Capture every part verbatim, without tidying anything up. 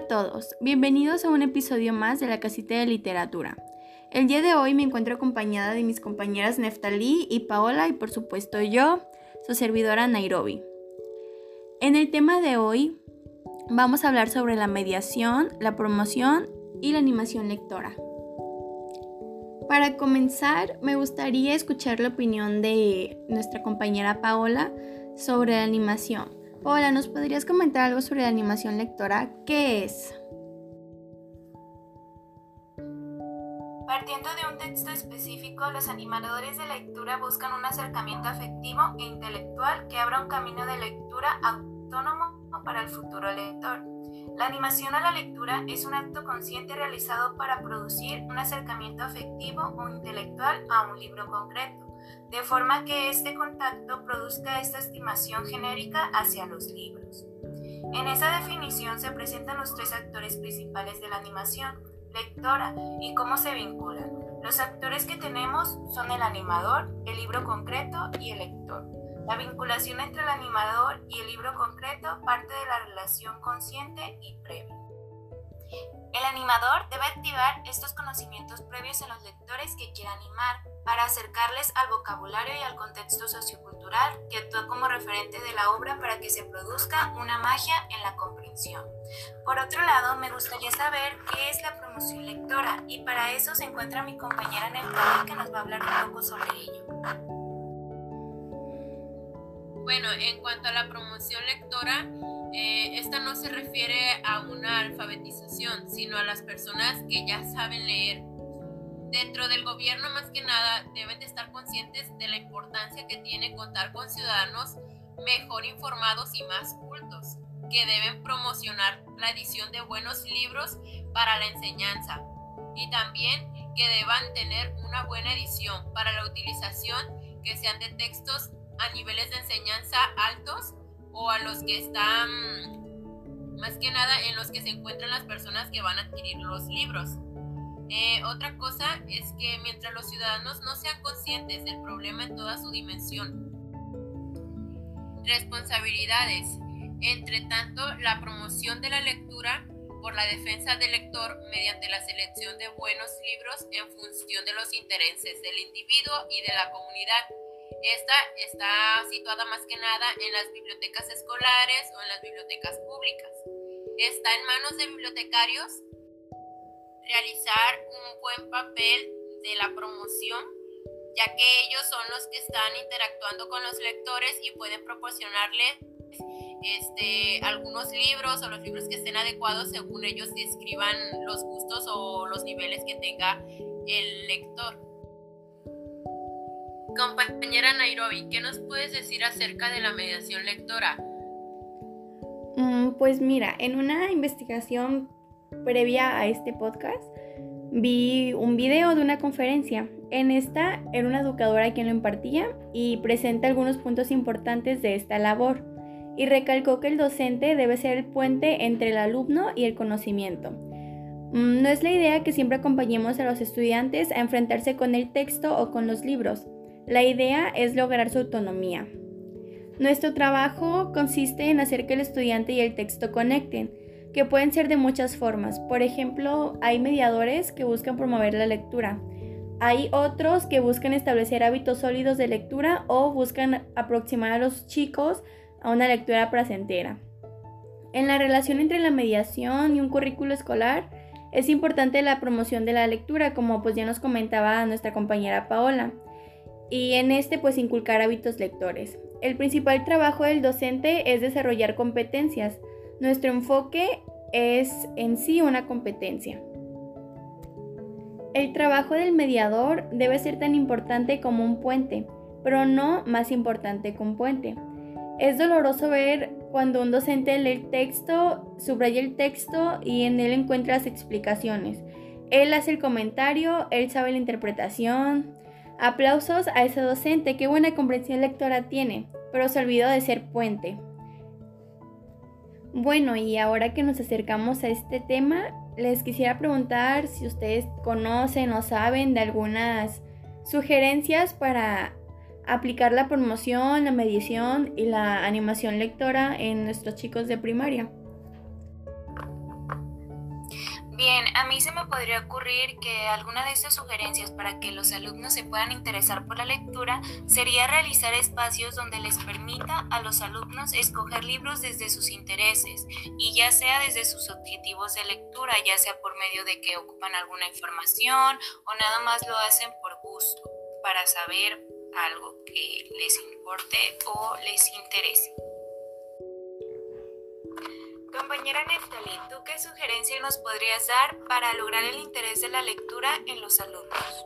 a todos, bienvenidos a un episodio más de la Casita de Literatura. El día de hoy me encuentro acompañada de mis compañeras Neftalí y Paola y por supuesto yo, su servidora Nairobi. En el tema de hoy vamos a hablar sobre la mediación, la promoción y la animación lectora. Para comenzar, me gustaría escuchar la opinión de nuestra compañera Paola sobre la animación. Paola, ¿nos podrías comentar algo sobre la animación lectora? ¿Qué es? Partiendo de un texto específico, los animadores de lectura buscan un acercamiento afectivo e intelectual que abra un camino de lectura autónomo para el futuro lector. La animación a la lectura es un acto consciente realizado para producir un acercamiento afectivo o intelectual a un libro concreto, de forma que este contacto produzca esta estimación genérica hacia los libros. En esa definición se presentan los tres actores principales de la animación lectora y cómo se vinculan. Los actores que tenemos son el animador, el libro concreto y el lector. La vinculación entre el animador y el libro concreto parte de la relación consciente y previa. El animador debe activar estos conocimientos previos en los lectores que quiera animar para acercarles al vocabulario y al contexto sociocultural que actúa como referente de la obra para que se produzca una magia en la comprensión. Por otro lado, me gustaría saber qué es la promoción lectora y para eso se encuentra mi compañera Neftalí que nos va a hablar un poco sobre ello. Bueno, en cuanto a la promoción lectora, eh, esta no se refiere a una alfabetización, sino a las personas que ya saben leer. Dentro del gobierno, más que nada, deben de estar conscientes de la importancia que tiene contar con ciudadanos mejor informados y más cultos, que deben promocionar la edición de buenos libros para la enseñanza y también que deban tener una buena edición para la utilización, que sean de textos a niveles de enseñanza altos o a los que están, más que nada, en los que se encuentran las personas que van a adquirir los libros. Eh, otra cosa es que mientras los ciudadanos no sean conscientes del problema en toda su dimensión, responsabilidades, entre tanto la promoción de la lectura por la defensa del lector mediante la selección de buenos libros en función de los intereses del individuo y de la comunidad. Esta está situada más que nada en las bibliotecas escolares o en las bibliotecas públicas. Está en manos de bibliotecarios realizar un buen papel de la promoción, ya que ellos son los que están interactuando con los lectores y pueden proporcionarles este, algunos libros o los libros que estén adecuados según ellos describan los gustos o los niveles que tenga el lector. Compañera Nairobi, ¿qué nos puedes decir acerca de la mediación lectora? Mm, pues mira, en una investigación previa a este podcast, vi un video de una conferencia. En esta era una educadora quien lo impartía y presenta algunos puntos importantes de esta labor y recalcó que el docente debe ser el puente entre el alumno y el conocimiento. No es la idea que siempre acompañemos a los estudiantes a enfrentarse con el texto o con los libros. La idea es lograr su autonomía. Nuestro trabajo consiste en hacer que el estudiante y el texto conecten, que pueden ser de muchas formas. Por ejemplo, hay mediadores que buscan promover la lectura. Hay otros que buscan establecer hábitos sólidos de lectura o buscan aproximar a los chicos a una lectura placentera. En la relación entre la mediación y un currículo escolar, es importante la promoción de la lectura, como pues ya nos comentaba nuestra compañera Paola. Y en este pues inculcar hábitos lectores. El principal trabajo del docente es desarrollar competencias. Nuestro enfoque es en sí una competencia. El trabajo del mediador debe ser tan importante como un puente, pero no más importante que un puente. Es doloroso ver cuando un docente lee el texto, subraya el texto y en él encuentra las explicaciones. Él hace el comentario, él sabe la interpretación. Aplausos a ese docente, qué buena comprensión lectora tiene, pero se olvidó de ser puente. Bueno, y ahora que nos acercamos a este tema, les quisiera preguntar si ustedes conocen o saben de algunas sugerencias para aplicar la promoción, la mediación y la animación lectora en nuestros chicos de primaria. Bien, a mí se me podría ocurrir que alguna de estas sugerencias para que los alumnos se puedan interesar por la lectura sería realizar espacios donde les permita a los alumnos escoger libros desde sus intereses y ya sea desde sus objetivos de lectura, ya sea por medio de que ocupan alguna información o nada más lo hacen por gusto, para saber algo que les importe o les interese. Compañera Neftali, ¿tú qué sugerencia nos podrías dar para lograr el interés de la lectura en los alumnos?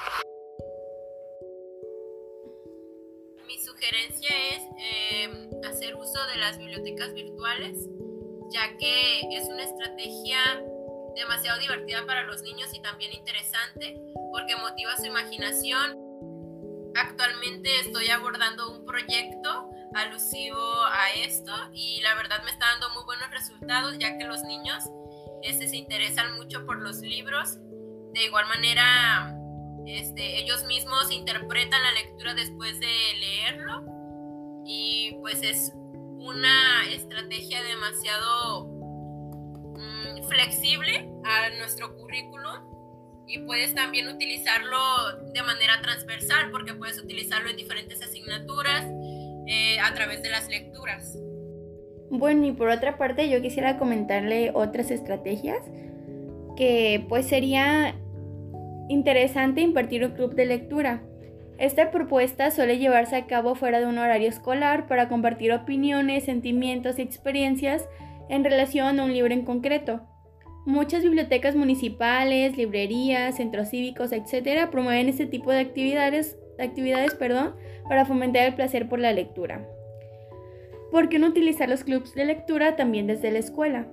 Mi sugerencia es eh, hacer uso de las bibliotecas virtuales, ya que es una estrategia demasiado divertida para los niños y también interesante porque motiva su imaginación. Actualmente estoy abordando un proyecto alusivo a esto y la verdad me está dando muy buenos resultados, ya que los niños este, se interesan mucho por los libros. De igual manera, este, ellos mismos interpretan la lectura después de leerlo y pues es una estrategia demasiado mm, flexible a nuestro currículum. Y puedes también utilizarlo de manera transversal porque puedes utilizarlo en diferentes asignaturas eh, a través de las lecturas. Bueno, y por otra parte yo quisiera comentarle otras estrategias que pues sería interesante impartir un club de lectura. Esta propuesta suele llevarse a cabo fuera de un horario escolar para compartir opiniones, sentimientos y experiencias en relación a un libro en concreto. Muchas bibliotecas municipales, librerías, centros cívicos, etcétera promueven este tipo de actividades, actividades perdón, para fomentar el placer por la lectura. ¿Por qué no utilizar los clubes de lectura también desde la escuela?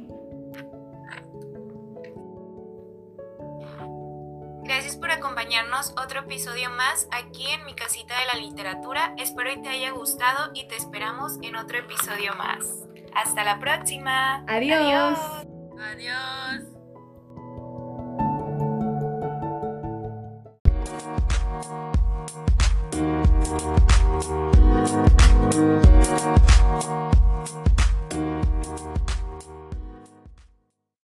Gracias por acompañarnos otro episodio más aquí en Mi Casita de la Literatura. Espero que te haya gustado y te esperamos en otro episodio más. Hasta la próxima. Adiós. Adiós.